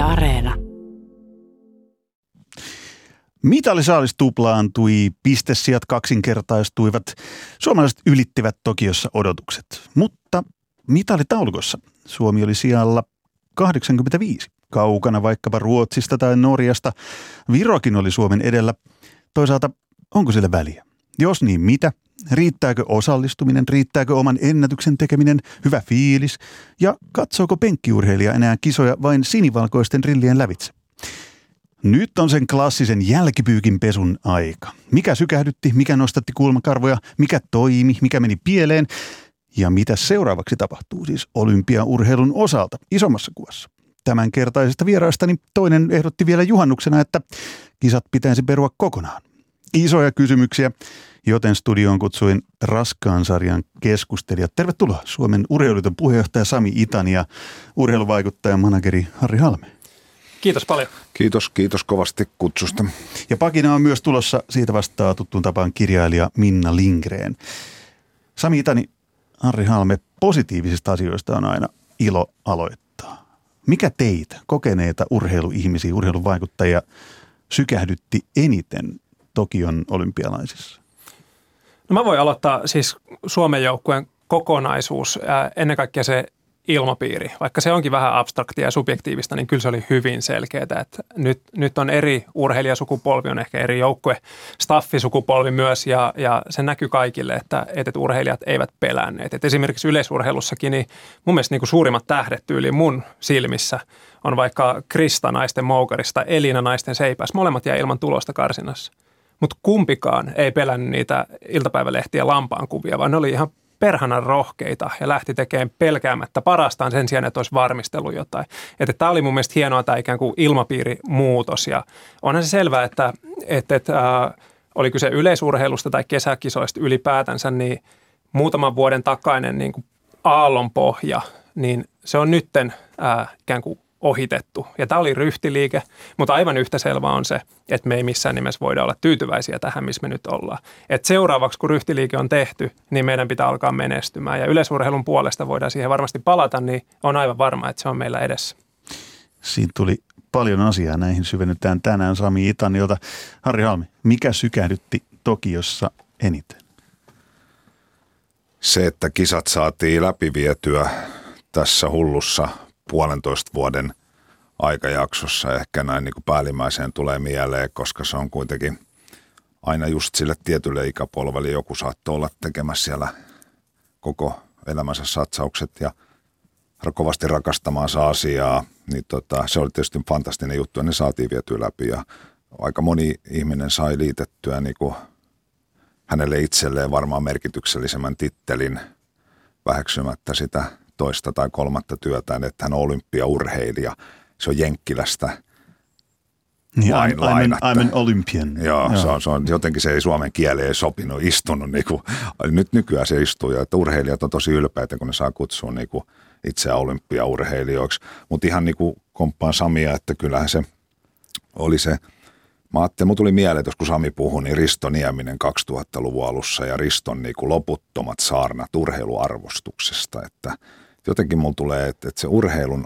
Areena. Mitalisaalis tuplaantui, pistesijat kaksinkertaistuivat, suomalaiset ylittivät Tokiossa odotukset, mutta mitalitaulukossa Suomi oli sijalla 85, kaukana vaikkapa Ruotsista tai Norjasta. Virokin oli Suomen edellä. Toisaalta onko sillä väliä? Jos niin, mitä? Riittääkö osallistuminen, riittääkö oman ennätyksen tekeminen, hyvä fiilis ja katsooko penkkiurheilija enää kisoja vain sinivalkoisten rillien lävitse? Nyt on sen klassisen jälkipyykin pesun aika. Mikä sykähdytti, mikä nostatti kulmakarvoja, mikä toimi, mikä meni pieleen ja mitä seuraavaksi tapahtuu siis olympiaurheilun osalta isommassa kuvassa. Tämänkertaisesta vieraastani toinen ehdotti vielä juhannuksena, että kisat pitäisi perua kokonaan. Isoja kysymyksiä, joten studioon kutsuin raskaan sarjan keskustelijat. Tervetuloa Suomen Urheiluliiton puheenjohtaja Sami Itani ja urheiluvaikuttaja manageri Harri Halme. Kiitos paljon. Kiitos kovasti kutsusta. Ja pakina on myös tulossa, siitä vastaa tuttuun tapaan kirjailija Minna Lindgren. Sami Itani, Harri Halme, positiivisista asioista on aina ilo aloittaa. Mikä teitä, kokeneita urheiluihmisiä, urheiluvaikuttajia, sykähdytti eniten Tokion olympialaisissa? No mä voin aloittaa siis Suomen joukkueen kokonaisuus, ennen kaikkea se ilmapiiri. Vaikka se onkin vähän abstraktia ja subjektiivista, niin kyllä se oli hyvin selkeää, että nyt on eri urheilijasukupolvi, on ehkä eri joukkue, staffisukupolvi myös ja se näkyy kaikille, että urheilijat eivät pelänneet. Et esimerkiksi yleisurheilussakin niin mun mielestä niin kuin suurimmat tähdet tyyliin mun silmissä on vaikka Krista naisten moukarista, Elina naisten seipäs. Molemmat jäi ilman tulosta karsinassa. Mutta kumpikaan ei pelännyt niitä iltapäivälehtien lampaankuvia, vaan ne oli ihan perhanan rohkeita ja lähti tekemään pelkäämättä parastaan sen sijaan, että olisi varmistellut jotain. Että tämä oli mun mielestä hienoa tämä ikään kuin ilmapiirimuutos ja onhan se selvää, että oli kyse yleisurheilusta tai kesäkisoista ylipäätänsä, niin muutaman vuoden takainen niin kuin aallonpohja, niin se on nytten ikään kuin ohitettu. Ja tämä oli ryhtiliike, mutta aivan yhtä selvää on se, että me ei missään nimessä voida olla tyytyväisiä tähän, missä me nyt ollaan. Et seuraavaksi, kun ryhtiliike on tehty, niin meidän pitää alkaa menestymään. Ja yleisurheilun puolesta voidaan siihen varmasti palata, niin on aivan varma, että se on meillä edessä. Siinä tuli paljon asiaa, näihin syvennytään tänään Sami Itanilta. Harri Halmi, mikä sykähdytti Tokiossa eniten? Se, että kisat saatiin läpivietyä tässä hullussa 1,5 vuoden aikajaksossa ehkä näin niin kuin päällimmäiseen tulee mieleen, koska se on kuitenkin aina just sille tietylle ikäpolvelle joku saattoi olla tekemässä siellä koko elämänsä satsaukset ja kovasti rakastamaansa asiaa, niin se oli tietysti fantastinen juttu ja ne saatiin vietyä läpi ja aika moni ihminen sai liitettyä niin kuin hänelle itselleen varmaan merkityksellisemmän tittelin väheksymättä sitä toista tai kolmatta työtään, että hän on olympiaurheilija. Se on Jenkkilästä niin, I'm an Olympian. Joo. Se on jotenkin se ei suomen kieleen sopinut, istunut. Niin kuin, nyt nykyään se istuu ja että urheilijat on tosi ylpeitä, kun ne saa kutsua niin kuin itseään olympiaurheilijoiksi. Mutta ihan niin kuin komppaan Samia, että kyllähän se oli se. Mä ajattelin, mun tuli mieleen, että kun Sami puhui, niin Risto Nieminen 2000-luvun alussa ja Riston niin kuin loputtomat saarnat urheiluarvostuksesta. Että jotenkin mulla tulee, että se urheilun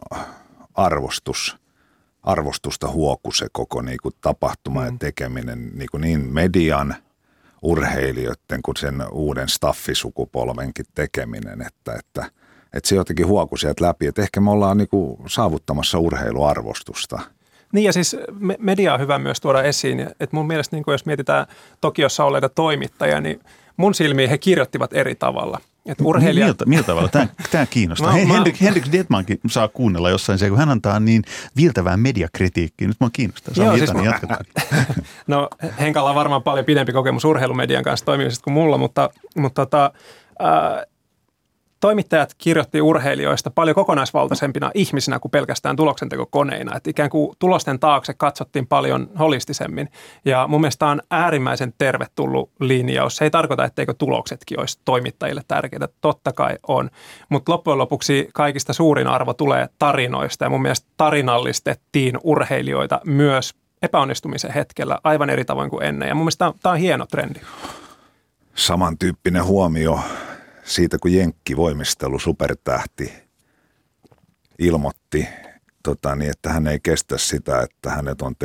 arvostusta huoku se koko niin kuin tapahtuma ja tekeminen niin median, urheilijoiden kuin sen uuden staffisukupolvenkin tekeminen, että se jotenkin huoku sieltä läpi, että ehkä me ollaan niin kuin saavuttamassa urheiluarvostusta. Niin ja siis media on hyvä myös tuoda esiin, että mun mielestä niin jos mietitään Tokiossa olleita toimittajia, niin mun silmiin he kirjoittivat eri tavalla. Että urheilijat... Millä tavalla? Tämä kiinnostaa. Henrik Detmankin saa kuunnella jossain se, kun hän antaa niin viiltävää mediakritiikkiä. Nyt mua kiinnostaa. Sami Itani, jatketaan. No Henkalla on varmaan paljon pidempi kokemus urheilumedian kanssa toimimisesta kuin mulla, mutta toimittajat kirjoitti urheilijoista paljon kokonaisvaltaisempina ihmisinä kuin pelkästään tuloksentekokoneina. Että ikään kuin tulosten taakse katsottiin paljon holistisemmin. Ja mun mielestä on äärimmäisen tervetullut linjaus. Se ei tarkoita, etteikö tuloksetkin olisi toimittajille tärkeitä. Totta kai on. Mutta loppujen lopuksi kaikista suurin arvo tulee tarinoista. Ja mun mielestä tarinallistettiin urheilijoita myös epäonnistumisen hetkellä aivan eri tavoin kuin ennen. Ja mun mielestä tämä on hieno trendi. Samantyyppinen huomio siitä, kun Jenkki voimistelu supertähti ilmoitti että hän ei kestä sitä, että hänestä on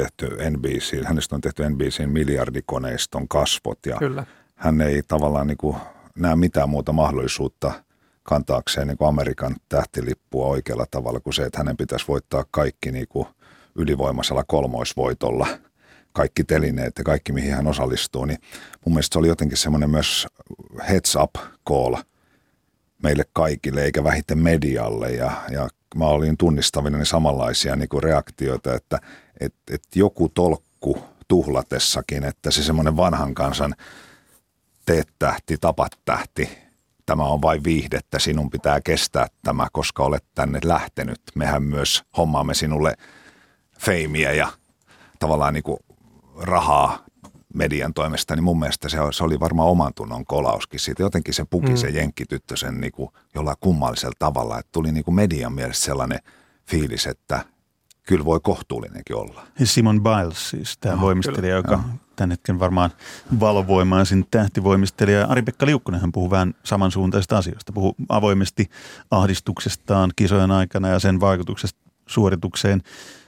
tehty NBC:n miljardikoneiston kasvot ja Kyllä. hän ei tavallaan niin kuin näe mitään muuta mahdollisuutta kantaakseen niin kuin Amerikan tähtilippua oikealla tavalla kuin se, että hänen pitäisi voittaa kaikki niin kuin ylivoimaisella kolmoisvoitolla, kaikki telineet ja kaikki mihin hän osallistuu, niin mun mielestä se oli jotenkin semmoinen myös heads up call meille kaikille eikä vähiten medialle ja mä olin tunnistavina samanlaisia niin kuin reaktioita, että joku tolkku tuhlatessakin, että se semmoinen vanhan kansan teet tähti, tapat tähti, tämä on vain viihdettä, sinun pitää kestää tämä, koska olet tänne lähtenyt. Mehän myös hommaamme sinulle feimiä ja tavallaan niin kuin rahaa median toimesta, niin mun mielestä se oli varmaan oman tunnon kolauskin siitä. Jotenkin se puki se jenkkityttö sen niin kuin jollain kummallisella tavalla, että tuli niin kuin median mielestä sellainen fiilis, että kyllä voi kohtuullinenkin olla. Simone Biles siis, tämä voimistelija, joka tämän hetken varmaan valovoimaisin tähtivoimistelija. Ari-Pekka Liukkonenhan puhuu vähän samansuuntaisista asioista. Puhuu avoimesti ahdistuksestaan kisojen aikana ja sen vaikutuksesta suoritukseen.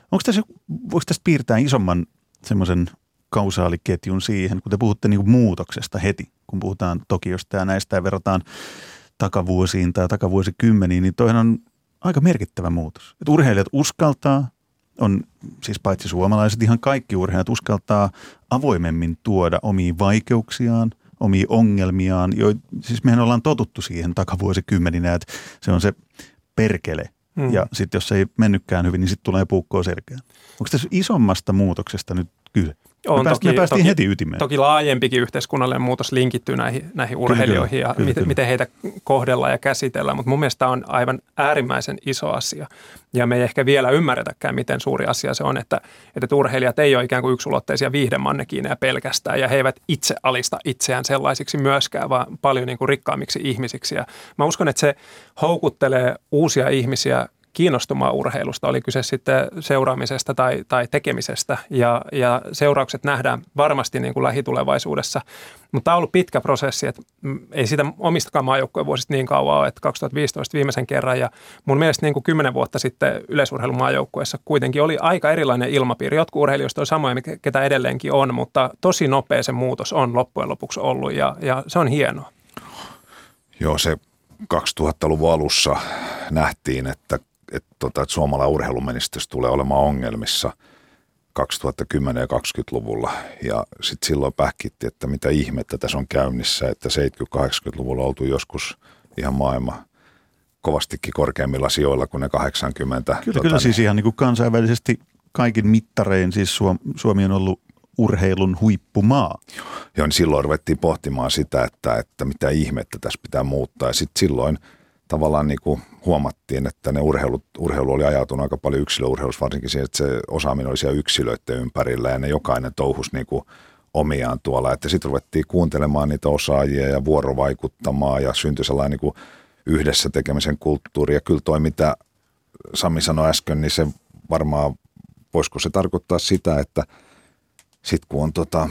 Voiko tästä piirtää isomman semmoisen kausaaliketjun siihen, kun te puhutte niin kuin muutoksesta heti, kun puhutaan Tokiosta ja näistä ja verrataan takavuosiin tai takavuosikymmeniin, niin toihan on aika merkittävä muutos. Että urheilijat uskaltaa, on siis paitsi suomalaiset, ihan kaikki urheilijat uskaltaa avoimemmin tuoda omia vaikeuksiaan, omia ongelmiaan. Siis mehän ollaan totuttu siihen takavuosikymmeninä, että se on se perkele. Ja sitten jos ei mennytkään hyvin, niin sitten tulee puukkoa selkään. Onko tässä isommasta muutoksesta nyt kyse? Me päästiin heti ytimeen. Toki laajempikin yhteiskunnallinen muutos linkittyy näihin urheilijoihin ja miten heitä kohdellaan ja käsitellään, mutta mun mielestä tämä on aivan äärimmäisen iso asia. Ja me ei ehkä vielä ymmärretäkään, miten suuri asia se on, että urheilijat ei ole ikään kuin yksulotteisia viihdemannekiineja pelkästään ja he eivät itse alista itseään sellaisiksi myöskään, vaan paljon niin kuin rikkaammiksi ihmisiksi. Ja mä uskon, että se houkuttelee uusia ihmisiä kiinnostumaan urheilusta, oli kyse sitten seuraamisesta tai tekemisestä ja seuraukset nähdään varmasti niin kuin lähitulevaisuudessa. Mutta tämä on ollut pitkä prosessi, että ei sitä omistakaan maajoukkojen vuosista niin kauan ole, että 2015 viimeisen kerran ja mun mielestä niin kuin 10 vuotta sitten yleisurheilun maajoukkueessa kuitenkin oli aika erilainen ilmapiiri. Jotkut urheilijoista on samoja, ketä edelleenkin on, mutta tosi nopea se muutos on loppujen lopuksi ollut ja se on hienoa. Joo, se 2000-luvun alussa nähtiin, että suomalainen urheilumenestys tulee olemaan ongelmissa 2010- ja 20-luvulla. Ja sitten silloin pähkittiin, että mitä ihmettä tässä on käynnissä, että 70-80-luvulla oltu joskus ihan maailma kovastikin korkeimmilla sijoilla kuin ne 80. Kyllä siis ihan niin kuin kansainvälisesti kaikin mittarein siis Suomi on ollut urheilun huippumaa. Joo, niin silloin ruvettiin pohtimaan sitä, että mitä ihmettä tässä pitää muuttaa ja sitten silloin tavallaan niin kuin huomattiin, että ne urheilu oli ajautunut aika paljon yksilöurheilussa, varsinkin siihen, että se osaaminen oli siellä yksilöiden ympärillä ja ne jokainen touhusi niin kuin omiaan tuolla. Että sitten ruvettiin kuuntelemaan niitä osaajia ja vuorovaikuttamaan ja syntyi sellainen niin kuin yhdessä tekemisen kulttuuri. Ja kyllä toi, mitä Sami sanoi äsken, niin se varmaan, voisiko se tarkoittaa sitä, että sitten kun on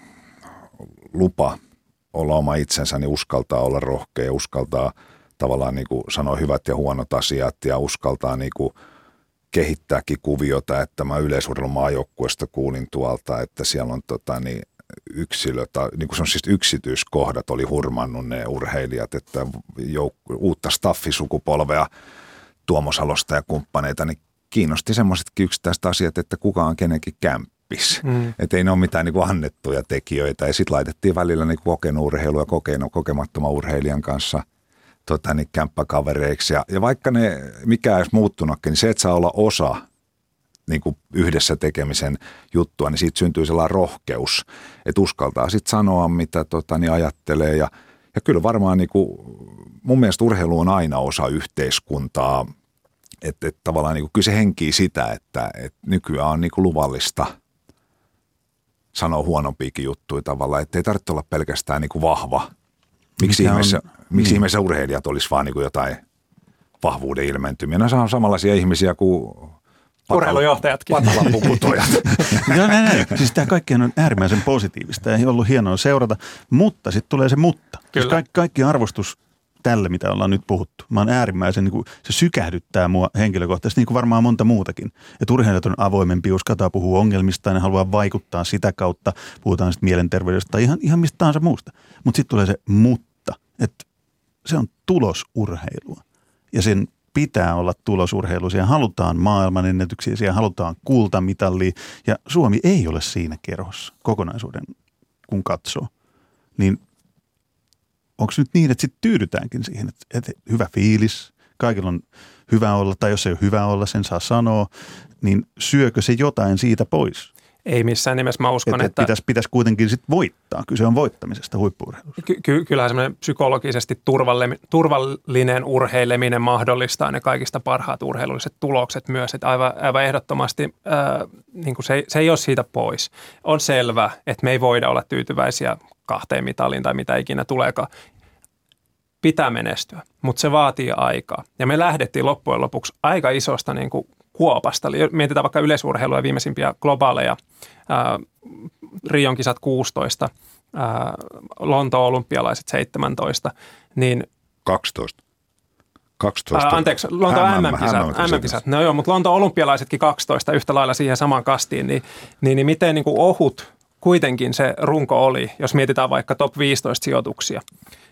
lupa olla oma itsensä, niin uskaltaa olla rohkea ja uskaltaa tavallaan niin kuin sanoa hyvät ja huonot asiat ja uskaltaa niin kuin kehittääkin kuviota, että mä yleisurheilun maajoukkueesta kuulin tuolta, että siellä on yksilöt, niin kuin siis yksityiskohdat oli hurmannut ne urheilijat, että uutta staffisukupolvea Tuomo Salosta ja kumppaneita, niin kiinnosti semmoisetkin yksittäiset asiat, että kuka on kenenkin kämppis. Että ei ne ole mitään niin kuin annettuja tekijöitä ja sitten laitettiin välillä niin kokenut urheilu ja kokemattoman urheilijan kanssa kämppäkavereiksi. Ja vaikka ne mikä edes muuttunutkin, niin se, että saa olla osa niin kuin yhdessä tekemisen juttua, niin siitä syntyy sellainen rohkeus, että uskaltaa sitten sanoa, mitä ajattelee. Ja kyllä varmaan niin kuin, mun mielestä urheilu on aina osa yhteiskuntaa, että tavallaan niin kuin, kyllä se henkii sitä, että nykyään on niin kuin luvallista sanoa huonompiakin juttuja tavallaan, että ei tarvitse olla pelkästään niin kuin vahva. Miksi ihmeessä urheilijat olisi vaan niin kuin jotain vahvuuden ilmentymiä? Ne on samanlaisia ihmisiä kuin urheilujohtajatkin. Patalapukutojat. Joo, näin. Siis tämä kaikkihan on äärimmäisen positiivista ja ei ollut hienoa seurata, mutta sitten tulee se mutta. Siis kaikki arvostus tälle, mitä ollaan nyt puhuttu. Mä oon äärimmäisen, niin kuin, se sykähdyttää mua henkilökohtaisesti, niin kuin varmaan monta muutakin. Että urheilijat on avoimempi, uskaltaa puhua ongelmista ja ne haluaa vaikuttaa sitä kautta. Puhutaan sitten mielenterveydestä tai ihan mistä tahansa muusta. Mutta sitten tulee se mutta, että se on tulosurheilua. Ja sen pitää olla tulosurheilu. Siellä halutaan maailmanennätyksiä, siellä halutaan kultamitalia. Ja Suomi ei ole siinä kerhossa kokonaisuuden, kun katsoo. Niin onko nyt niin, että sitten tyydytäänkin siihen, että hyvä fiilis, kaikilla on hyvä olla, tai jos ei ole hyvä olla, sen saa sanoa, niin syökö se jotain siitä pois? Ei missään nimessä, mä uskon, että pitäisi kuitenkin sitten voittaa. Kyse on voittamisesta huippu-urheilussa. Kyllähän semmoinen psykologisesti turvallinen urheileminen mahdollistaa ne kaikista parhaat urheilulliset tulokset myös. Että aivan ehdottomasti niin kuin se ei ole siitä pois. On selvä, että me ei voida olla tyytyväisiä 2 mitaliin tai mitä ikinä tuleekaan. Pitää menestyä, mutta se vaatii aikaa. Ja me lähdettiin loppujen lopuksi aika isosta niin kuin kuopasta. Eli mietitään vaikka yleisurheilua ja viimeisimpiä globaaleja, Rion kisat 16, Lontoon olympialaiset 17, niin 12. Anteeksi, Lontoon MM-kisat. No joo, mutta Lontoon olympialaisetkin 12 yhtä lailla siihen samaan kastiin, niin miten niin kuin ohut kuitenkin se runko oli, jos mietitään vaikka top 15 sijoituksia.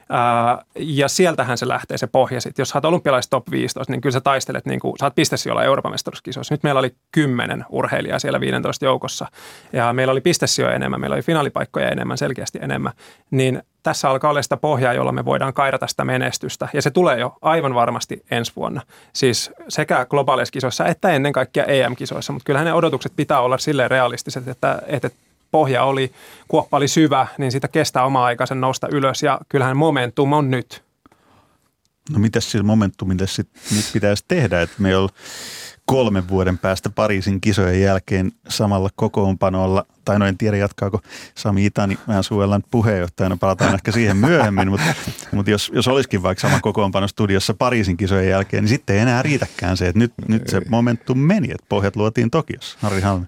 Ja sieltähän se lähtee se pohja sitten. Jos sä oot olympialaiset top 15, niin kyllä sä taistelet, niin kuin, sä oot pistesijoilla Euroopan mestaruuskisoissa. Nyt meillä oli 10 urheilijaa siellä 15 joukossa ja meillä oli pistesijoja enemmän, meillä oli finaalipaikkoja enemmän, selkeästi enemmän. Niin tässä alkaa olla sitä pohjaa, jolla me voidaan kairata sitä menestystä ja se tulee jo aivan varmasti ensi vuonna. Siis sekä globaaleissa kisoissa että ennen kaikkea EM-kisoissa, mutta kyllähän ne odotukset pitää olla silleen realistiset, että pohja oli, kuoppa oli syvä, niin sitä kestää oma-aikaisen nousta ylös ja kyllähän momentum on nyt. No mitäs sillä momentumille sitten nyt pitäisi tehdä, että me on 3 vuoden päästä Pariisin kisojen jälkeen samalla kokoonpanolla, tai no en tiedä jatkaako Sami Itani vähän suojellaan puheenjohtajana, palataan ehkä siihen myöhemmin, mutta jos olisikin vaikka sama kokoonpano studiossa Pariisin kisojen jälkeen, niin sitten ei enää riitäkään se, että nyt se momentum meni, että pohjat luotiin Tokiossa. Harri Halme.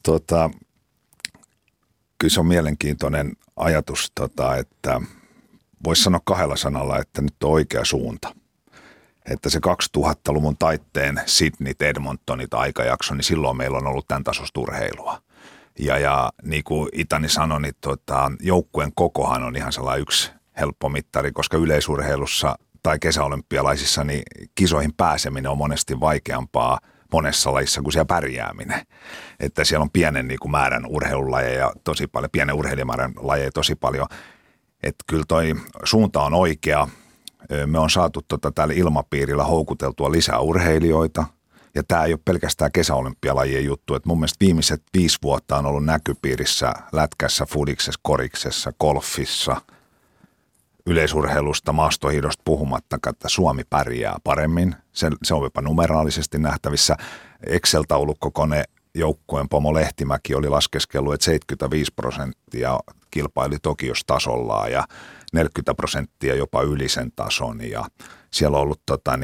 Kyllä se on mielenkiintoinen ajatus, että voisi sanoa 2 sanalla, että nyt on oikea suunta. Että se 2000-luvun taitteen Sydneyt, Edmontonit aikajakso, niin silloin meillä on ollut tämän tasoista urheilua. Ja niin kuin Itani sanoi, niin joukkueen kokohan on ihan sellainen yksi helppo mittari, koska yleisurheilussa tai kesäolympialaisissa niin kisoihin pääseminen on monesti vaikeampaa monessa lajissa kuin siellä pärjääminen. Että siellä on pienen niin kuin määrän urheilulajeja tosi paljon, pienen urheilijamäärän lajeja tosi paljon. Että kyllä toi suunta on oikea. Me on saatu tällä ilmapiirillä houkuteltua lisää urheilijoita. Ja tämä ei ole pelkästään kesäolympialajien juttu. Että mun mielestä viimeiset 5 vuotta on ollut näkypiirissä lätkässä, fudiksessa, koriksessa, golfissa, yleisurheilusta, maastohiidosta puhumattakaan, että Suomi pärjää paremmin. Se on jopa numeraalisesti nähtävissä. Excel-taulukkokone joukkueen Pomo Lehtimäki oli laskeskellut, että 75% kilpaili Tokiossa tasollaan ja 40% jopa yli sen tason. Ja siellä on ollut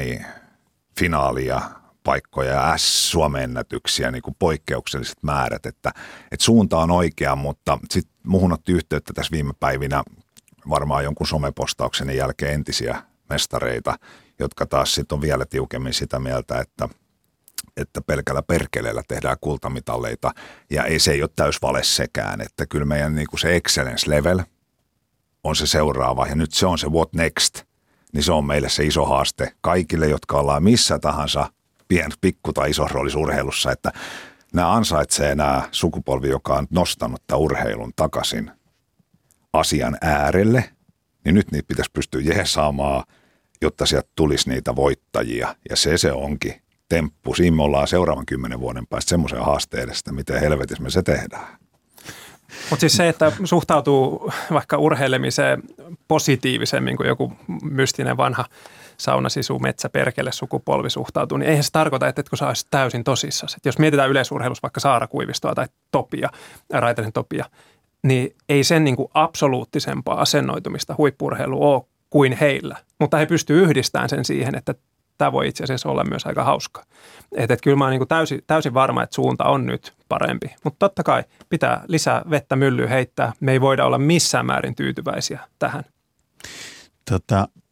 finaalia, paikkoja ja Suomen ennätyksiä, niin kuin poikkeukselliset määrät, että suunta on oikea, mutta sitten muhun otti yhteyttä tässä viime päivinä varmaan jonkun somepostauksen jälkeen entisiä mestareita, jotka taas sitten on vielä tiukemmin sitä mieltä, että pelkällä perkeleellä tehdään kultamitalleita ja se ei ole täysvale sekään, että kyllä meidän niin kuin se excellence level on se seuraava ja nyt se on se what next, niin se on meille se iso haaste kaikille, jotka ollaan missä tahansa pikku tai iso roolissa urheilussa, että nämä ansaitsee nämä sukupolvi, joka on nostanut tämän urheilun takaisin asian äärelle, niin nyt niitä pitäisi pystyä jeesaamaan, jotta sieltä tulisi niitä voittajia. Ja se onkin temppu. Siinä me ollaan seuraavan 10 vuoden päästä semmoisen haasteen edestä, miten helvetissä me se tehdään. Mutta siis se, että suhtautuu vaikka urheilemiseen positiivisemmin kuin joku mystinen vanha saunasisu metsäperkele sukupolvi suhtautuu, niin eihän se tarkoita, että kun sä olisit täysin tosissaan. Jos mietitään yleisurheilussa vaikka Saara Kuivistoa tai Raitasen Topia, niin ei sen niin kuin absoluuttisempaa asennoitumista huippu-urheilu ole kuin heillä. Mutta he pystyvät yhdistämään sen siihen, että tämä voi itse asiassa olla myös aika hauska. Että kyllä mä oon niin kuin täysin varma, että suunta on nyt parempi. Mutta totta kai pitää lisää vettä myllyyn heittää. Me ei voida olla missään määrin tyytyväisiä tähän.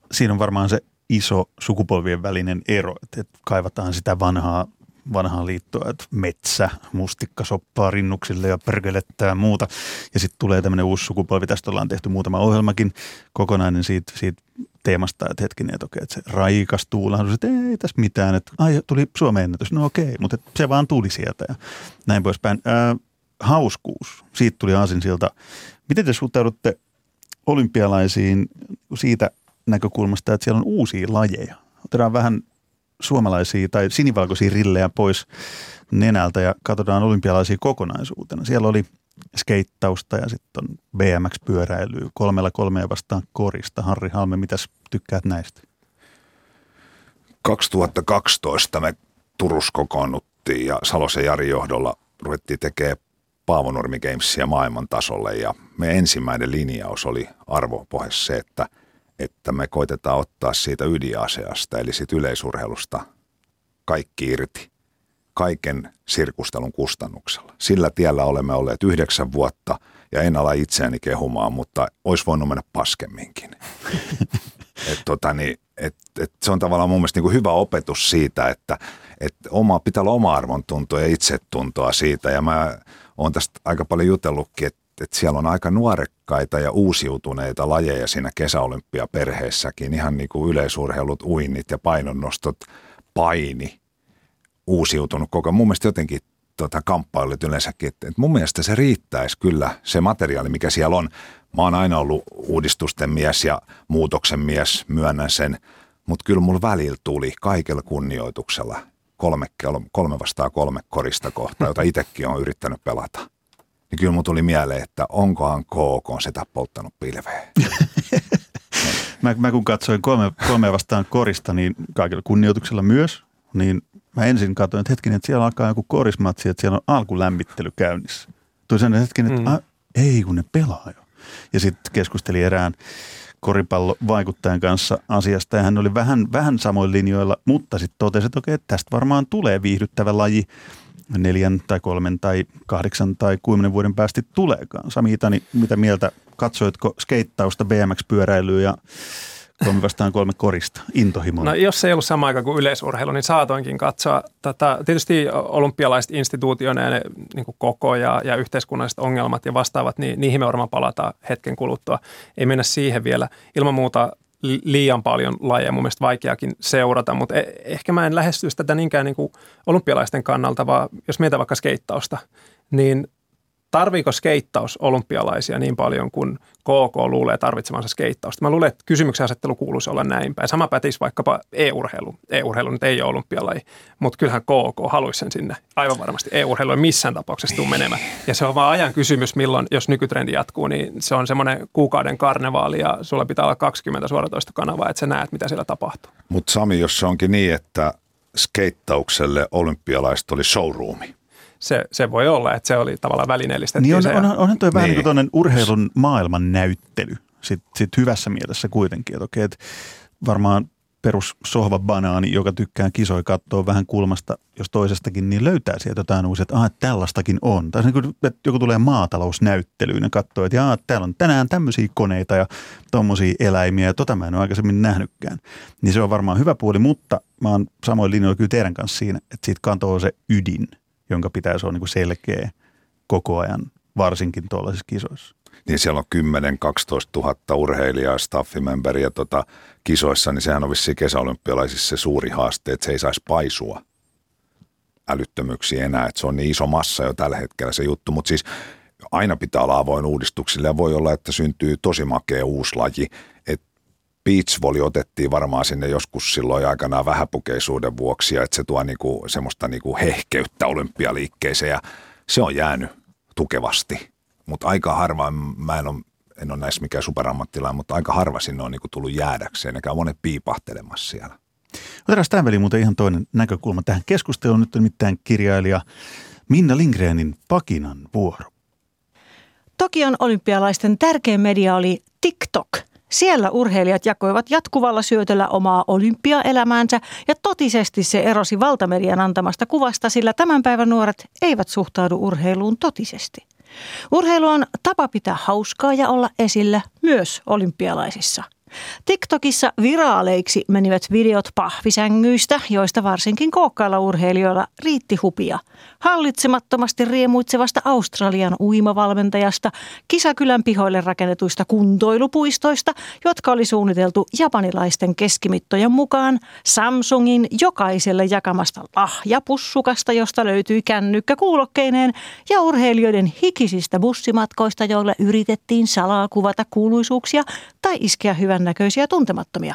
siinä on varmaan se iso sukupolvien välinen ero, että kaivataan sitä vanhaa liittoa, että metsä, mustikka soppaa rinnuksille ja perkelettä ja muuta. Ja sitten tulee tämmöinen uusi sukupolvi. Tästä ollaan tehty muutama ohjelmakin kokonainen siitä teemasta, että hetkinen, että okei, että se raikas tuulahdus, että ei tässä mitään, että tuli Suomen ennätys, no okei, mutta se vaan tuli sieltä ja näin poispäin. Hauskuus, siitä tuli aasinsilta. Miten te suhtaudutte olympialaisiin siitä näkökulmasta, että siellä on uusia lajeja? Otetaan vähän suomalaisia tai sinivalkoisia rillejä pois nenältä ja katsotaan olympialaisia kokonaisuutena. Siellä oli skeittausta ja sitten on BMX-pyöräilyä, 3x3 vastaan korista. Harri Halme, mitäs tykkäät näistä? 2012 me Turussa kokoonnuttiin ja Salosen Jari johdolla ruvettiin tekemään Paavo Nurmi Gamesia maailman tasolle ja meidän ensimmäinen linjaus oli arvopohjassa se, että me koitetaan ottaa siitä ydinaseasta, eli siitä yleisurheilusta kaikki irti, kaiken sirkustelun kustannuksella. Sillä tiellä olemme olleet 9 vuotta ja en ala itseäni kehumaan, mutta olisi voinut mennä paskemminkin. Se on tavallaan mun mielestä niin kuin hyvä opetus siitä, että pitää olla oma arvontuntoa ja itsetuntoa siitä. Ja mä oon tästä aika paljon jutellutkin, että siellä on aika nuorekkaita ja uusiutuneita lajeja siinä kesäolympiaperheessäkin. Ihan niin kuin yleisurheilut, uinnit ja painonnostot, paini, uusiutunut koko. Mun mielestä jotenkin kamppailut yleensäkin, että mun mielestä se riittäisi kyllä se materiaali, mikä siellä on. Mä oon aina ollut uudistusten mies ja muutoksen mies, myönnän sen, mutta kyllä mulla välillä tuli kaikella kunnioituksella 3 vastaan 3 korista kohtaa, jota itsekin on yrittänyt pelata. Niin kyllä mun tuli mieleen, että onkohan KK sitä polttanut pilveä. Mä kun katsoin 3 vastaan korista, niin kaikilla kunnioituksella myös, niin mä ensin katsoin, että hetkinen, että siellä alkaa joku korismatsi, että siellä on alkulämmittely käynnissä. Tuli sen hetken, että ei kun ne pelaa jo. Ja sitten keskustelin erään koripallovaikuttajan kanssa asiasta ja hän oli vähän samoin linjoilla, mutta sitten totesi, että okei, tästä varmaan tulee viihdyttävä laji 4 tai 3 tai 8 tai 10 vuoden päästä tuleekaan. Sami Itani, mitä mieltä, katsoitko skeittausta, BMX-pyöräilyä ja 3 vastaan 3 korista, intohimoa? No jos se ei ollut sama aika kuin yleisurheilu, niin saatoinkin katsoa. Tietysti olympialaiset instituutioina ja ne niin kuin koko ja yhteiskunnalliset ongelmat ja vastaavat, niin niihin me varmaan palataan hetken kuluttua. Ei mennä siihen vielä. Ilman muuta liian paljon lajeja, mun mielestä vaikeakin seurata, mutta ehkä mä en lähestyisi tätä niinkään niin kuin olympialaisten kannalta, vaan jos mietitään vaikka skeittausta, niin tarviiko skeittaus olympialaisia niin paljon kuin KK luulee tarvitsemansa skeittausta? Mä luulen, että kysymyksen asettelu kuuluisi olla näin päin. Sama pätisi vaikkapa e-urheilu. E-urheilu nyt ei ole olympialaji, mutta kyllähän KK haluaisi sen sinne. Aivan varmasti e-urheilu ei missään tapauksessa tule menemään. Ja se on vaan ajan kysymys, milloin, jos nykytrendi jatkuu, niin se on semmoinen kuukauden karnevaali ja sulla pitää olla 20 suoratoistokanavaa, että sä näet, mitä siellä tapahtuu. Mutta Sami, jos se onkin niin, että skeittaukselle olympialaiset oli showroomi. Se voi olla, että se oli tavallaan välineellistetty. Niin onhan toi vähän niin kuin tuollainen urheilun maailman näyttely, sit hyvässä mielessä kuitenkin. Että okei, että varmaan perus sohvabanaani, joka tykkää kisoja katsoa vähän kulmasta, jos toisestakin, niin löytää sieltä jotain uusia, että tällaistakin on. Tai niin kuin, että joku tulee maatalousnäyttelyyn ja katsoo, että täällä on tänään tämmöisiä koneita ja tommosia eläimiä ja mä en ole aikaisemmin nähnytkään. Niin se on varmaan hyvä puoli, mutta mä oon samoin linjoilla kyllä teidän kanssa siinä, että siitä kantoo se ydin, jonka pitäisi olla niin kuin selkeä koko ajan, varsinkin tuollaisissa kisoissa. Niin siellä on 10-12 000 urheilijaa, staffimemberiä kisoissa, niin sehän on vissiin kesäolympialaisissa se suuri haaste, että se ei saisi paisua älyttömyyksiä enää, että se on niin iso massa jo tällä hetkellä se juttu, mutta siis aina pitää olla avoin uudistuksille ja voi olla, että syntyy tosi makea uusi laji, että beachvolley otettiin varmaan sinne joskus silloin aikanaan vähäpukeisuuden vuoksi ja että se tuo niinku semmoista niinku hehkeyttä olympialiikkeeseen ja se on jäänyt tukevasti. Mutta aika harva, en ole näissä mikään superammattilainen, mutta aika harva sinne on niinku tullut jäädäkseen, eikä monet piipahtelemassa siellä. Otetaan tämän väliin muuten ihan toinen näkökulma tähän keskusteluun. Nyt on nimittäin kirjailija Minna Lindgrenin Pakinan vuoro. Tokion olympialaisten tärkein media oli TikTok. Siellä urheilijat jakoivat jatkuvalla syötöllä omaa olympiaelämäänsä ja totisesti se erosi valtamedian antamasta kuvasta, sillä tämän päivän nuoret eivät suhtaudu urheiluun totisesti. Urheilu on tapa pitää hauskaa ja olla esillä myös olympialaisissa. TikTokissa viraaleiksi menivät videot pahvisängyistä, joista varsinkin kookkailla urheilijoilla riitti hupia. Hallitsemattomasti riemuitsevasta Australian uimavalmentajasta, kisakylän pihoille rakennetuista kuntoilupuistoista, jotka oli suunniteltu japanilaisten keskimittojen mukaan, Samsungin jokaiselle jakamasta lahjapussukasta, josta löytyi kännykkä kuulokkeineen, ja urheilijoiden hikisistä bussimatkoista, joilla yritettiin salaa kuvata kuuluisuuksia tai iskeä hyvännäköisiä tuntemattomia.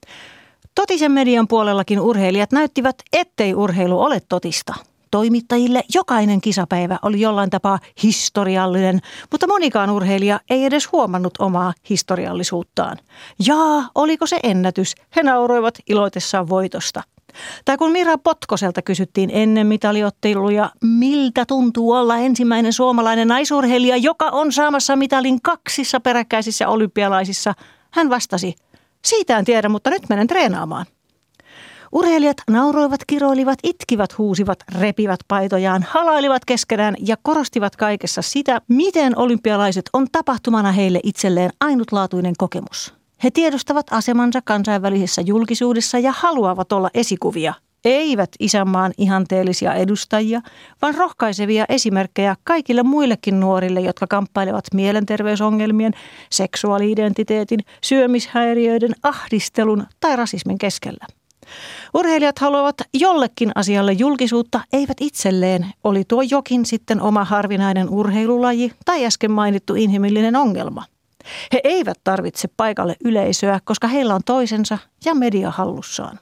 Totisen median puolellakin urheilijat näyttivät, ettei urheilu ole totista. Toimittajille jokainen kisapäivä oli jollain tapaa historiallinen, mutta monikaan urheilija ei edes huomannut omaa historiallisuuttaan. Jaa, oliko se ennätys? He nauroivat iloitessaan voitosta. Tai kun Mira Potkoselta kysyttiin ennen mitaliotteluja, miltä tuntuu olla ensimmäinen suomalainen naisurheilija, joka on saamassa mitalin 2 peräkkäisissä olympialaisissa, hän vastasi, siitä en tiedä, mutta nyt menen treenaamaan. Urheilijat nauroivat, kiroilivat, itkivät, huusivat, repivät paitojaan, halailivat keskenään ja korostivat kaikessa sitä, miten olympialaiset on tapahtumana heille itselleen ainutlaatuinen kokemus. He tiedostavat asemansa kansainvälisessä julkisuudessa ja haluavat olla esikuvia. Eivät isänmaan ihanteellisia edustajia, vaan rohkaisevia esimerkkejä kaikille muillekin nuorille, jotka kamppailevat mielenterveysongelmien, seksuaali-identiteetin, syömishäiriöiden, ahdistelun tai rasismin keskellä. Urheilijat haluavat jollekin asialle julkisuutta, eivät itselleen, oli tuo jokin sitten oma harvinainen urheilulaji tai äsken mainittu inhimillinen ongelma. He eivät tarvitse paikalle yleisöä, koska heillä on toisensa ja media hallussaan.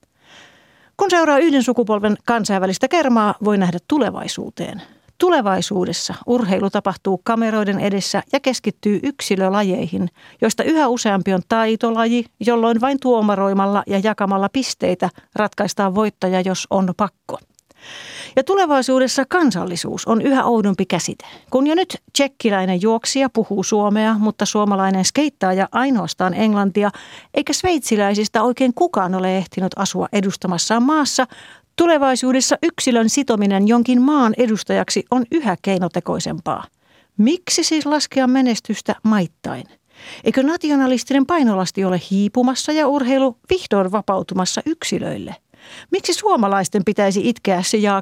Kun seuraa yhden sukupolven kansainvälistä kermaa, voi nähdä tulevaisuuteen. Tulevaisuudessa urheilu tapahtuu kameroiden edessä ja keskittyy yksilölajeihin, joista yhä useampi on taitolaji, jolloin vain tuomaroimalla ja jakamalla pisteitä ratkaistaan voittaja, jos on pakko. Ja tulevaisuudessa kansallisuus on yhä oudompi käsite. Kun jo nyt tšekkiläinen juoksija puhuu suomea, mutta suomalainen skeittaaja ainoastaan englantia, eikä sveitsiläisistä oikein kukaan ole ehtinyt asua edustamassaan maassa, tulevaisuudessa yksilön sitominen jonkin maan edustajaksi on yhä keinotekoisempaa. Miksi siis laskea menestystä maittain? Eikö nationalistinen painolasti ole hiipumassa ja urheilu vihdoin vapautumassa yksilöille? Miksi suomalaisten pitäisi itkeä sijaa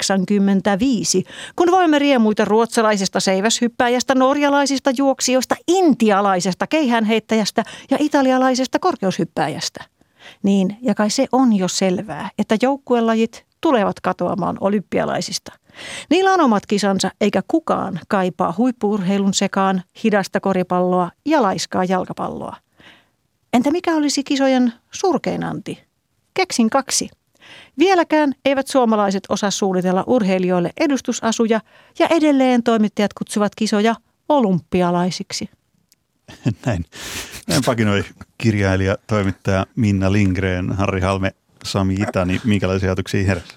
85, kun voimme riemuita ruotsalaisesta seiväshyppääjästä, norjalaisista juoksijoista, intialaisesta keihäänheittäjästä ja italialaisesta korkeushyppääjästä? Niin, ja kai se on jo selvää, että joukkuelajit tulevat katoamaan olympialaisista. Niillä on omat kisansa, eikä kukaan kaipaa huippu-urheilun sekaan hidasta koripalloa ja laiskaa jalkapalloa. Entä mikä olisi kisojen surkein anti? Keksin 2. Vieläkään eivät suomalaiset osaa suunnitella urheilijoille edustusasuja ja edelleen toimittajat kutsuvat kisoja olympialaisiksi. Näin pakinoi kirjailija, toimittaja Minna Lindgren, Harri Halme, Sami Itani. Minkälaisia ajatuksia heräsi?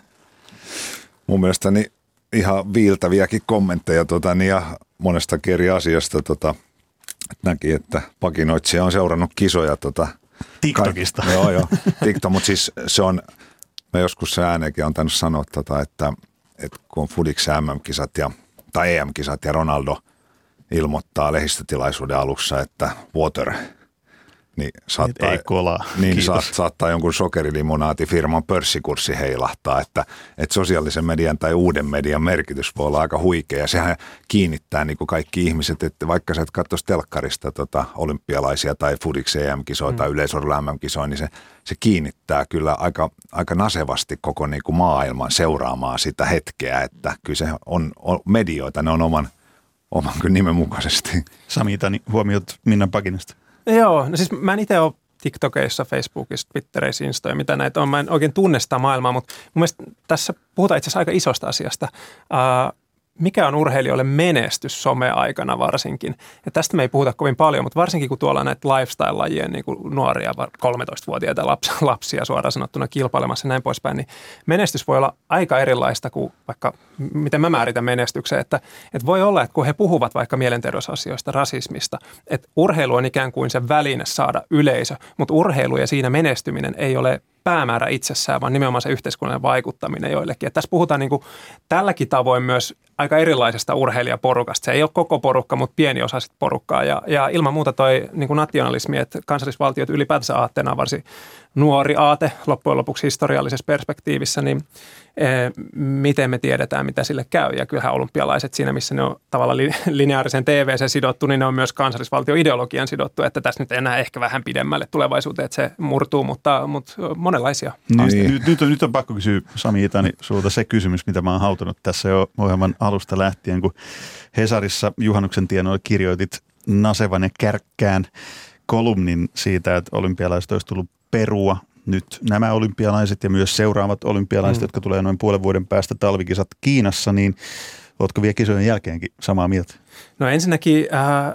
Mun mielestäni ihan viiltäviäkin kommentteja ja monestakin eri asiasta. Näki, että pakinoitsija on seurannut kisoja. TikTokista. Joo, TikTok, mutta siis se on, mä joskus se ääneenkin on tainnut sanoa, että kun Fudiksen MM-kisat tai EM-kisat ja Ronaldo ilmoittaa lehdistötilaisuuden alussa, että water, niin saattaa, ei kolaa. Niin saattaa jonkun sokerilimonaati-firman pörssikurssi heilahtaa, että sosiaalisen median tai uuden median merkitys voi olla aika huikea. Ja sehän kiinnittää niin kuin kaikki ihmiset, että vaikka sä et katsoisi telkkarista olympialaisia tai Fudiksen EM-kisoja tai yleisurheilu MM-kisoja, niin se kiinnittää kyllä aika nasevasti koko niin kuin maailman seuraamaan sitä hetkeä, että kyllä se on medioita, ne on oman kyllä nimen mukaisesti. Sami Itani, huomiot Minnan pakinasta. Joo, no siis mä en itse ole TikTokeissa, Facebookissa, Twitterissä, Instoja, mitä näitä on. Mä en oikein tunne sitä maailmaa, mutta mun mielestä tässä puhutaan itse asiassa aika isosta asiasta. Mikä on urheilijoille menestys some-aikana varsinkin? Ja tästä me ei puhuta kovin paljon, mutta varsinkin kun tuolla on näitä lifestyle-lajien niin kuin nuoria, 13-vuotiaita lapsia suoraan sanottuna kilpailemassa ja näin poispäin, niin menestys voi olla aika erilaista kuin vaikka, miten mä määritän menestyksen, että voi olla, että kun he puhuvat vaikka mielenterveysasioista, rasismista, että urheilu on ikään kuin se väline saada yleisö, mutta urheilu ja siinä menestyminen ei ole päämäärä itsessään, vaan nimenomaan se yhteiskunnallinen vaikuttaminen joillekin. Että tässä puhutaan niin kuin tälläkin tavoin myös aika erilaisesta urheilijaporukasta. Se ei ole koko porukka, mutta pieni osa sitä porukkaa. Ja ilman muuta toi niin kuin nationalismi, että kansallisvaltiot ylipäätänsä aatteena on varsin nuori aate loppujen lopuksi historiallisessa perspektiivissä, niin miten me tiedetään, mitä sille käy. Ja kyllähän olympialaiset siinä, missä ne on tavallaan lineaarisen TV:seen sidottu, niin ne on myös kansallisvaltioideologian sidottu, että tässä nyt enää ehkä vähän pidemmälle tulevaisuuteen, että se murtuu, mutta monenlaisia. Nyt on pakko kysyä Sami Itani sulta se kysymys, mitä mä oon hautunut tässä jo ohjelman alusta lähtien, kun Hesarissa juhannuksen tienoilla kirjoitit nasevan ja kärkkään kolumnin siitä, että olympialaiset olisi tullut perua. Nyt nämä olympialaiset ja myös seuraavat olympialaiset, jotka tulee noin puolen vuoden päästä talvikisat Kiinassa, niin ootko vielä kisojen jälkeenkin samaa mieltä? No ensinnäkin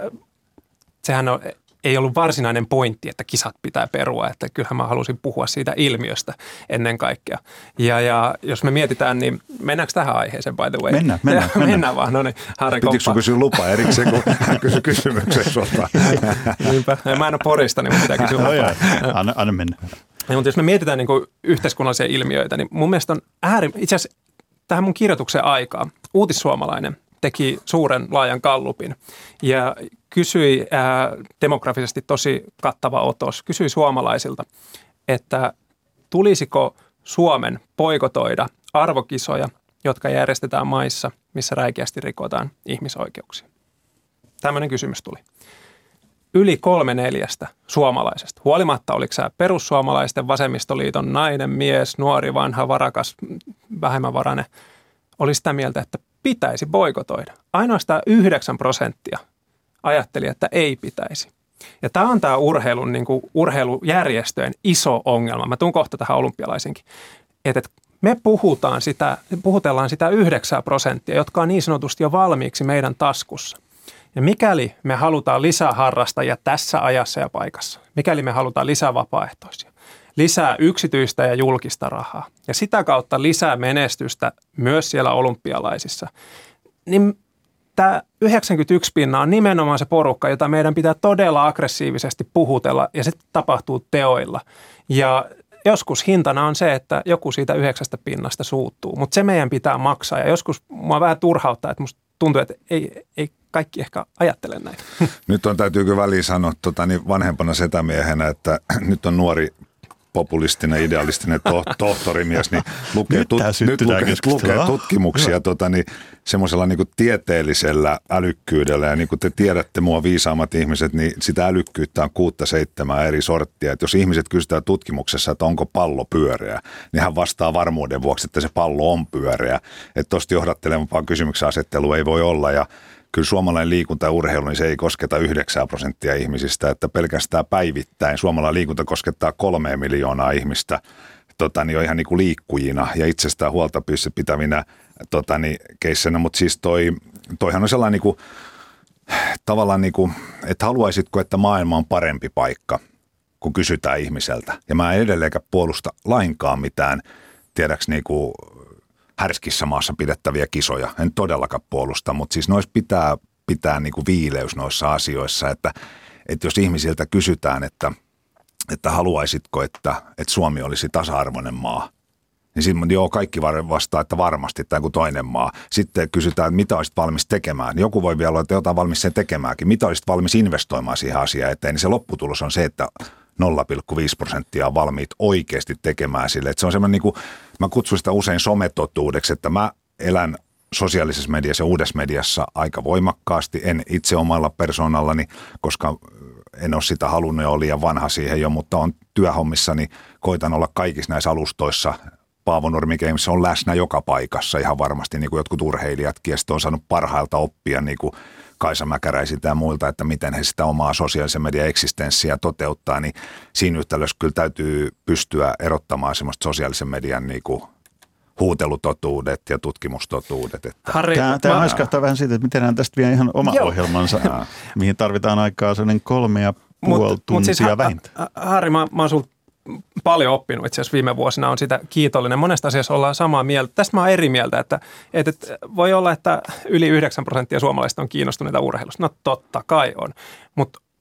sehän ei ollut varsinainen pointti, että kisat pitää perua, että kyllähän mä halusin puhua siitä ilmiöstä ennen kaikkea. Ja jos me mietitään, niin mennäänkö tähän aiheeseen by the way? Mennään vaan, no niin, Harri Komppa. Pitikö sun kysyä lupa erikseen, kun hän kysyi kysymyksen sulta? Niinpä, mä en ole Porista, niin mun pitää kysyä lupaa. Anna mennä. Ja, mutta jos me mietitään niin kuin yhteiskunnallisia ilmiöitä, niin mun mielestä on itse asiassa tähän mun kirjoituksen aikaan Uutissuomalainen teki suuren laajan gallupin ja kysyi demografisesti tosi kattava otos, kysyi suomalaisilta, että tulisiko Suomen boikotoida arvokisoja, jotka järjestetään maissa, missä räikeästi rikotaan ihmisoikeuksia. Tämmöinen kysymys tuli. Yli 3/4 suomalaisesta, huolimatta oliko sä perussuomalaisten, vasemmistoliiton nainen, mies, nuori, vanha, varakas, vähemmänvarainen, oli sitä mieltä, että pitäisi boikotoida. Ainoastaan 9% ajatteli, että ei pitäisi. Ja tämä on tämä urheilun, niin kuin urheilujärjestöjen iso ongelma. Mä tuun kohta tähän olympialaisinkin. Että me puhutellaan sitä 9%, jotka on niin sanotusti jo valmiiksi meidän taskussa. Ja mikäli me halutaan lisää harrastajia tässä ajassa ja paikassa, mikäli me halutaan lisää vapaaehtoisia, lisää yksityistä ja julkista rahaa ja sitä kautta lisää menestystä myös siellä olympialaisissa, niin tämä 91% on nimenomaan se porukka, jota meidän pitää todella aggressiivisesti puhutella ja se tapahtuu teoilla. Ja joskus hintana on se, että joku siitä 9% suuttuu, mutta se meidän pitää maksaa ja joskus mua vähän turhauttaa, että musta tuntuu, että ei kaikki ehkä ajattele näin. Nyt täytyykö väliin sanoa niin vanhempana setämiehenä, että nyt on nuori populistinen, idealistinen tohtorimies, niin lukee tutkimuksia niin semmoisella niin kuin tieteellisellä älykkyydellä. Ja niin kuin te tiedätte, mua viisaammat ihmiset, niin sitä älykkyyttä on 6-7 eri sorttia. Että jos ihmiset kysytään tutkimuksessa, että onko pallo pyöreä, niin hän vastaa varmuuden vuoksi, että se pallo on pyöreä. Että tuosta johdattelevampaa kysymyksen asettelua ei voi olla. Ja kyllä suomalainen liikunta ja urheilu, niin se ei kosketa 9% ihmisistä, että pelkästään päivittäin suomalainen liikunta koskettaa 3 miljoonaa ihmistä niin on ihan niin kuin liikkujina ja itsestään huolta pitävinä keissenä, mutta siis toihan on sellainen niin kuin, tavallaan niin kuin, että haluaisitko, että maailma on parempi paikka, kun kysytään ihmiseltä. Ja mä en edelleenkään puolusta lainkaan mitään, tiedäks niin kuin härskissä maassa pidettäviä kisoja. En todellakaan puolusta, mutta siis noissa pitää niin kuin viileys noissa asioissa, että jos ihmisiltä kysytään, että haluaisitko, että Suomi olisi tasa-arvoinen maa, niin sitten joo, kaikki vastaa, että varmasti tai joku toinen maa. Sitten kysytään, että mitä olisit valmis tekemään. Joku voi vielä olla, että jotain valmis sen tekemäänkin. Mitä olisit valmis investoimaan siihen asiaan eteen, niin se lopputulos on se, että 0,5% on valmiit oikeasti tekemään sille. Että se on semmoinen, niin kuin, mä kutsun sitä usein sometotuudeksi, että mä elän sosiaalisessa mediassa ja uudessa mediassa aika voimakkaasti. En itse omalla persoonallani, koska en ole sitä halunnut ja ole liian vanha siihen jo, mutta on työhommissani, koitan olla kaikissa näissä alustoissa. Paavo Nurmi Games on läsnä joka paikassa ihan varmasti, niin kuin jotkut urheilijatkin, ja sitten on saanut parhailta oppia niin kuin Kaisa Mäkäräisiltä ja muilta, että miten he sitä omaa sosiaalisen median eksistenssiä toteuttaa, niin siinä yhtälössä kyllä täytyy pystyä erottamaan semmoista sosiaalisen median niin kuin huutelutotuudet ja tutkimustotuudet. Että. Harri, tämä haiskahtaa vähän siitä, että miten hän tästä vie ihan oma ohjelmansa, mihin tarvitaan aikaa sellainen 3,5 tuntia siis vähintään. Harri, mä oon sulta paljon oppinut itse asiassa viime vuosina, on sitä kiitollinen. Monesta asiassa ollaan samaa mieltä. Tästä mä oon eri mieltä, että voi olla, että yli 9% suomalaisista on kiinnostuneita urheilusta. No totta kai on, mutta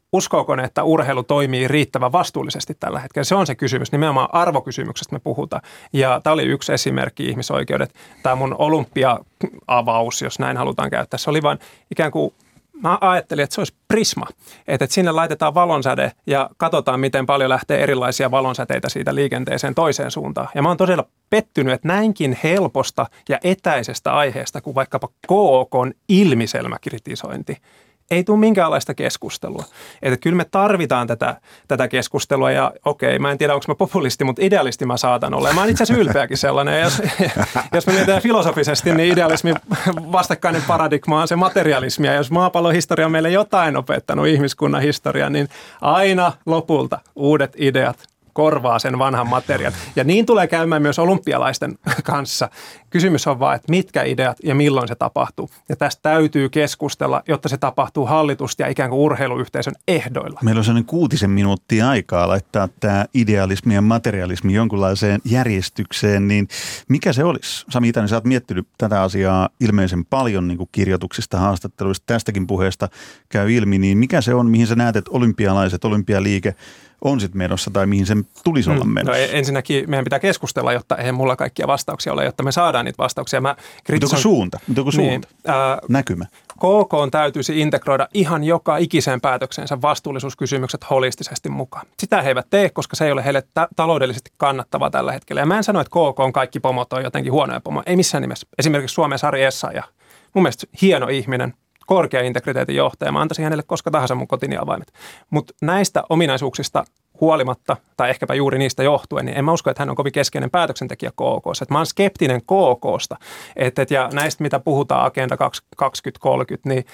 uskooko ne, että urheilu toimii riittävän vastuullisesti tällä hetkellä? Se on se kysymys, nimenomaan arvokysymyksestä me puhutaan. Ja tämä oli yksi esimerkki ihmisoikeudet. Tämä mun olympia-avaus, jos näin halutaan käyttää, se oli vain ikään kuin, mä ajattelin, että se olisi prisma, että sinne laitetaan valonsäde ja katsotaan, miten paljon lähtee erilaisia valonsäteitä siitä liikenteeseen toiseen suuntaan. Ja mä oon todella pettynyt, että näinkin helposta ja etäisestä aiheesta kuin vaikkapa KOK:n ilmiselmäkritisointi ei tule minkäänlaista keskustelua. Että kyllä me tarvitaan tätä keskustelua ja okei, mä en tiedä, onko mä populisti, mutta idealisti mä saatan olla. Ja mä oon itse asiassa ylpeäkin sellainen. Ja jos me mietitään filosofisesti, niin idealismin vastakkainen paradigma on se materialismi. Ja jos maapallon historia on meille jotain opettanut ihmiskunnan historia, niin aina lopulta uudet ideat korvaa sen vanhan materiaan. Ja niin tulee käymään myös olympialaisten kanssa. Kysymys on vaan, että mitkä ideat ja milloin se tapahtuu. Ja tästä täytyy keskustella, jotta se tapahtuu hallitusti ja ikään kuin urheiluyhteisön ehdoilla. Meillä on sellainen 6 minuuttia aikaa laittaa tämä idealismi ja materialismi jonkunlaiseen järjestykseen, niin mikä se olisi? Sami Itänen, sä oot miettinyt tätä asiaa ilmeisen paljon niin kuin kirjoituksista, haastatteluista, tästäkin puheesta käy ilmi, niin mikä se on, mihin sä näet, että olympialaiset, olympialiike on sitten menossa tai mihin sen tulisi olla menossa? No ensinnäkin meidän pitää keskustella, jotta eihän mulla kaikkia vastauksia ole, jotta me saadaan niitä vastauksia. Mutta onko suunta? Niin, näkymä? KK:n täytyisi integroida ihan joka ikiseen päätöksensä vastuullisuuskysymykset holistisesti mukaan. Sitä he eivät tee, koska se ei ole heille taloudellisesti kannattavaa tällä hetkellä. Ja mä en sano, että KK:n kaikki pomot on jotenkin huonoja pomoja. Ei missään nimessä. Esimerkiksi Suomen Sari Essayah. Mun mielestä hieno ihminen. Korkea integriteetin johtaja. Mä antaisin hänelle koska tahansa mun kotini avaimet. Mutta näistä ominaisuuksista huolimatta, tai ehkäpä juuri niistä johtuen, niin en mä usko, että hän on kovin keskeinen päätöksentekijä KK:ssa. Mä oon skeptinen KK:sta. Ja näistä, mitä puhutaan Agenda 2030, niin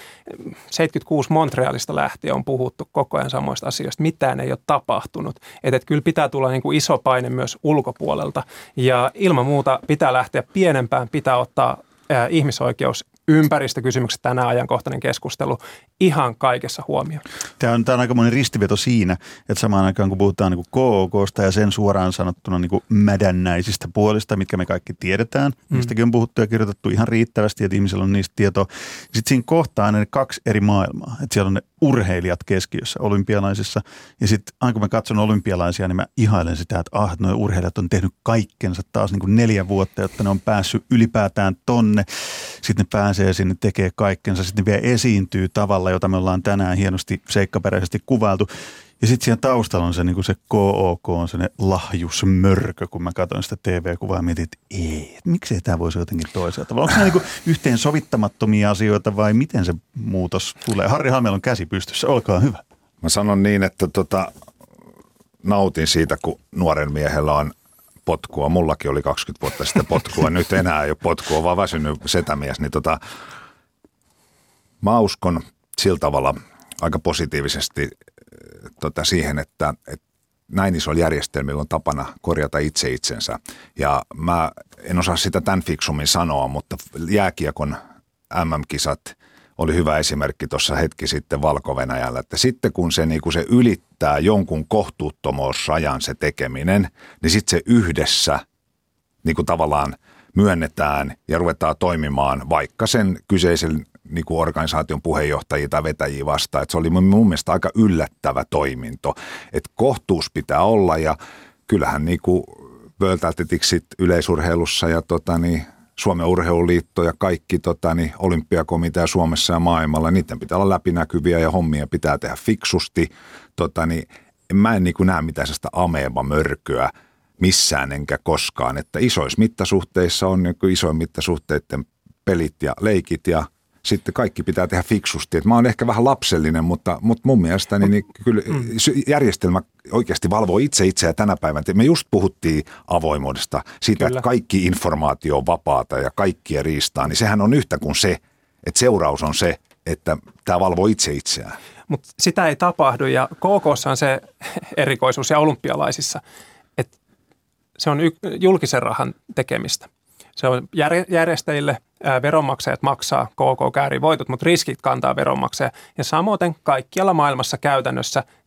76 Montrealista lähtien on puhuttu koko ajan samoista asioista. Mitään ei ole tapahtunut. Kyllä pitää tulla niin kuin iso paine myös ulkopuolelta. Ja ilman muuta pitää lähteä pienempään, pitää ottaa ihmisoikeus ympäristökysymykset, tänään ajankohtainen keskustelu ihan kaikessa huomioon. Tämä on aikamoinen ristiveto siinä, että samaan aikaan kun puhutaan niin kuin KOK:sta ja sen suoraan sanottuna niin kuin mädännäisistä puolista, mitkä me kaikki tiedetään, niistäkin on puhuttu ja kirjoitettu ihan riittävästi, että ihmisillä on niistä tietoa. Sitten siinä kohtaa ne 2 eri maailmaa, että siellä on ne urheilijat keskiössä olympialaisissa ja sitten aina kun mä katson olympialaisia, niin mä ihailen sitä, että nuo urheilijat on tehnyt kaikkensa taas niin kuin 4 vuotta, jotta ne on päässyt ylipäätään tonne. Sitten ne pääsee sinne, tekee kaikkensa, sitten ne vielä esiintyy tavalla, jota me ollaan tänään hienosti seikkaperäisesti kuvailtu. Ja sitten siellä taustalla on se, niin se KOK, on se lahjusmörkö, kun mä katson sitä TV-kuvaa ja mietin, että miksei tämä voisi jotenkin toisella tavalla. Onko nämä niin yhteen sovittamattomia asioita vai miten se muutos tulee? Harri Halmeella on käsi pystyssä, olkaa hyvä. Mä sanon niin, että nautin siitä, kun nuoren miehellä on potkua. Mullakin oli 20 vuotta sitten potkua, nyt enää ei ole potkua, vaan väsynyt setämies. Niin mä uskon sillä tavalla aika positiivisesti siihen, että näin isoilla järjestelmillä on tapana korjata itse itsensä. Ja mä en osaa sitä tämän fiksummin sanoa, mutta jääkiekon MM-kisat oli hyvä esimerkki tuossa hetki sitten Valko-Venäjällä, että sitten kun se ylittää jonkun kohtuuttomuusrajan se tekeminen, niin sitten se yhdessä niin kuin tavallaan myönnetään ja ruvetaan toimimaan vaikka sen kyseisen niin kuin organisaation puheenjohtajia tai vetäjiä vastaan. Että se oli mun mielestä aika yllättävä toiminto, että kohtuus pitää olla ja kyllähän niin kuin World Athleticsit yleisurheilussa ja Suomen urheiluliitto ja kaikki olympiakomitea Suomessa ja maailmalla, niiden pitää olla läpinäkyviä ja hommia pitää tehdä fiksusti. Mä en niin kuin näe mitään sellaista ameba-mörköä missään enkä koskaan, että isoissa mittasuhteissa on niin kuin isoin mittasuhteiden pelit ja leikit ja sitten kaikki pitää tehdä fiksusti. Mä oon ehkä vähän lapsellinen, mutta mun mielestä niin kyllä järjestelmä oikeasti valvoo itseään tänä päivänä. Me just puhuttiin avoimuudesta, siitä, että kaikki informaatio on vapaata ja kaikkia riistaa, niin sehän on yhtä kuin se, että seuraus on se, että tämä valvoo itseään. Mutta sitä ei tapahdu ja KK:ssa on se erikoisuus ja olympialaisissa, että se on julkisen rahan tekemistä. Se on järjestäjille, veronmaksajat maksaa, KK käärii voitot, mutta riskit kantaa veronmaksaja. Ja samoin kaikkialla maailmassa käytännössä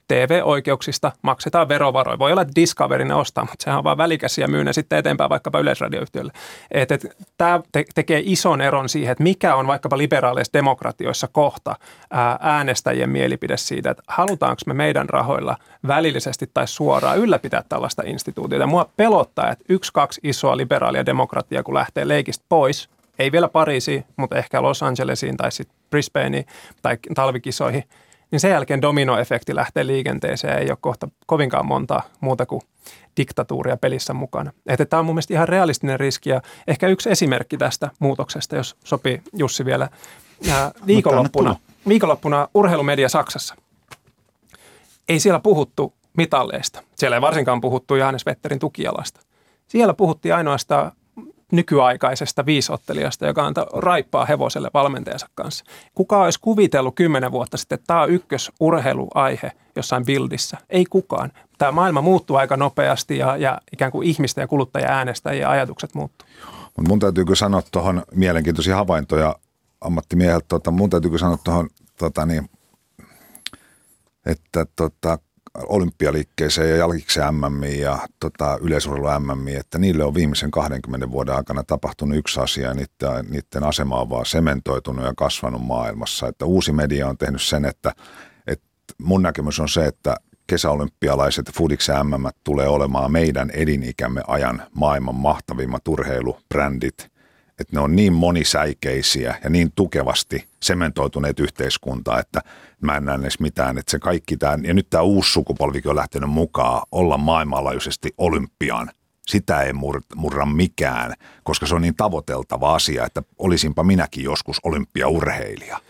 TV-oikeuksista maksetaan verovaroja. Voi olla, että Discovery ne ostaa, mutta sehän on vaan välikäsiä myy ne sitten eteenpäin vaikkapa yleisradioyhtiölle. Tämä tekee ison eron siihen, että mikä on vaikkapa liberaaleissa demokratioissa kohta äänestäjien mielipide siitä, että halutaanko me meidän rahoilla välillisesti tai suoraan ylläpitää tällaista instituutiota. Mua pelottaa, että 1-2 isoa liberaalia demokratiaa, kun lähtee leikistä pois, ei vielä Pariisiin, mutta ehkä Los Angelesiin tai sitten Brisbaneen tai talvikisoihin, niin sen jälkeen dominoefekti lähtee liikenteeseen. Ei ole kohta kovinkaan montaa muuta kuin diktatuuria pelissä mukana. Tämä on mun mielestä ihan realistinen riski ja ehkä yksi esimerkki tästä muutoksesta, jos sopii Jussi vielä. Viikonloppuna urheilumedia Saksassa. Ei siellä puhuttu mitalleista. Siellä ei varsinkaan puhuttu Johannes Vetterin tukijalasta. Siellä puhuttiin ainoastaan nykyaikaisesta viisottelijasta, joka antaa raippaa hevoselle valmentajansa kanssa. Kuka olisi kuvitellut 10 vuotta sitten, että tämä on ykkösurheiluaihe jossain Bildissä? Ei kukaan. Tämä maailma muuttuu aika nopeasti ja ikään kuin ihmisten ja kuluttajien äänestäjien ajatukset muuttuu. Mun täytyykö sanoa tuohon mielenkiintoisia havaintoja ammattimieheltä, mun täytyykö sanoa tuohon, että olympialiikkeeseen ja jalkiksen MM:iin ja yleisurheilu MM:iin, että niille on viimeisen 20 vuoden aikana tapahtunut yksi asia ja niiden asema on vaan sementoitunut ja kasvanut maailmassa. Että uusi media on tehnyt sen, että mun näkemys on se, että kesäolympialaiset ja Fudiksen MM tulee olemaan meidän elinikämme ajan maailman mahtavimmat urheilubrändit. Että ne on niin monisäikeisiä ja niin tukevasti sementoituneet yhteiskuntaa, että mä en näe edes mitään, että se kaikki tämä, ja nyt tämä uusi sukupolvikin on lähtenyt mukaan olla maailmanlaajuisesti olympiaan. Sitä ei murra mikään, koska se on niin tavoiteltava asia, että olisinpa minäkin joskus olympiaurheilija.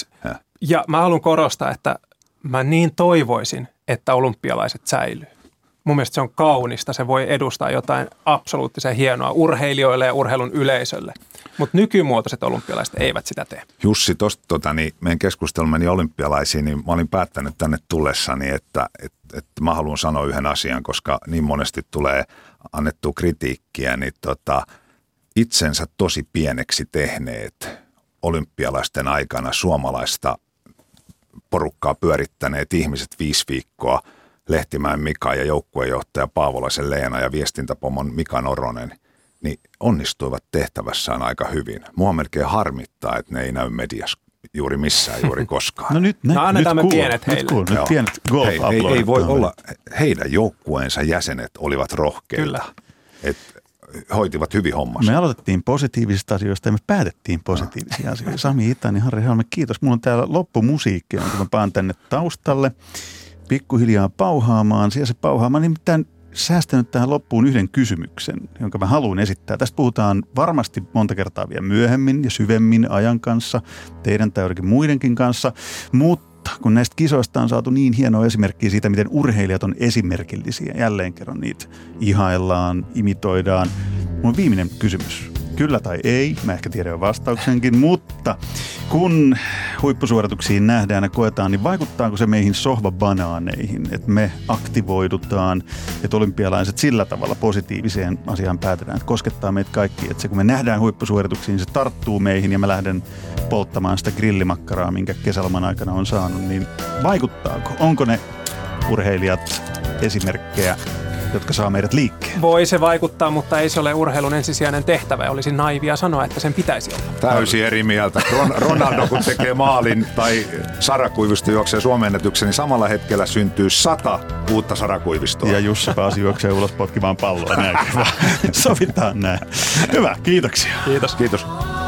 Ja mä haluan korostaa, että mä niin toivoisin, että olympialaiset säilyy. Mun mielestä se on kaunista, se voi edustaa jotain absoluuttisen hienoa urheilijoille ja urheilun yleisölle, mutta nykymuotoiset olympialaiset eivät sitä tee. Jussi, tuosta meidän keskustelmani olympialaisiin, niin mä olin päättänyt tänne tullessani, että mä haluan sanoa yhden asian, koska niin monesti tulee annettua kritiikkiä, niin itsensä tosi pieneksi tehneet olympialaisten aikana suomalaista porukkaa pyörittäneet ihmiset 5 viikkoa, Lehtimäen Mika ja joukkuejohtaja Paavolaisen Leena ja viestintäpomon Mika Noronen, niin onnistuivat tehtävässään aika hyvin. Mua melkein harmittaa, että ne ei näy mediassa juuri missään, juuri koskaan. No nyt annetaan me pienet heille. Nyt pienet golf-aplodit. Ei voi olla, heidän joukkueensa jäsenet olivat rohkeita. Kyllä. Hoitivat hyvin hommassa. Me aloitettiin positiivisista asioista ja me päätettiin positiivisia asioita. Sami Itani, Harri Halme, kiitos. Mulla on täällä loppumusiikki, jonka mä paan tänne taustalle. Pikkuhiljaa pauhaamaan. Siellä se pauhaamaan, nimittäin säästänyt tähän loppuun yhden kysymyksen, jonka mä haluan esittää. Tästä puhutaan varmasti monta kertaa vielä myöhemmin ja syvemmin ajan kanssa, teidän tai joidenkin muidenkin kanssa, mutta kun näistä kisoista on saatu niin hienoa esimerkkiä siitä, miten urheilijat on esimerkillisiä, jälleen kerran niitä ihaillaan, imitoidaan. Mun viimeinen kysymys. Kyllä tai ei, mä ehkä tiedän jo vastauksenkin, mutta kun huippusuorituksiin nähdään ja koetaan, niin vaikuttaako se meihin sohvabanaaneihin, että me aktivoidutaan, että olympialaiset sillä tavalla positiiviseen asiaan päätetään, että koskettaa meitä kaikki, että se kun me nähdään huippusuorituksiin, niin se tarttuu meihin ja mä lähden polttamaan sitä grillimakkaraa, minkä kesäloman aikana on saanut, niin vaikuttaako? Onko ne urheilijat esimerkkejä, jotka saa meidät liikkeen? Voi se vaikuttaa, mutta ei se ole urheilun ensisijainen tehtävä. Ja olisi naivia sanoa, että sen pitäisi olla. Täysin eri mieltä. Ronaldo kun tekee maalin tai Sarakuivisto juoksee Suomen-ennätyksen, niin samalla hetkellä syntyy 100 uutta Sarakuivistoa. Ja Jussi Paasi juoksee ulos potkimaan palloa. Sovitaan näin. Hyvä, kiitoksia. Kiitos. Kiitos.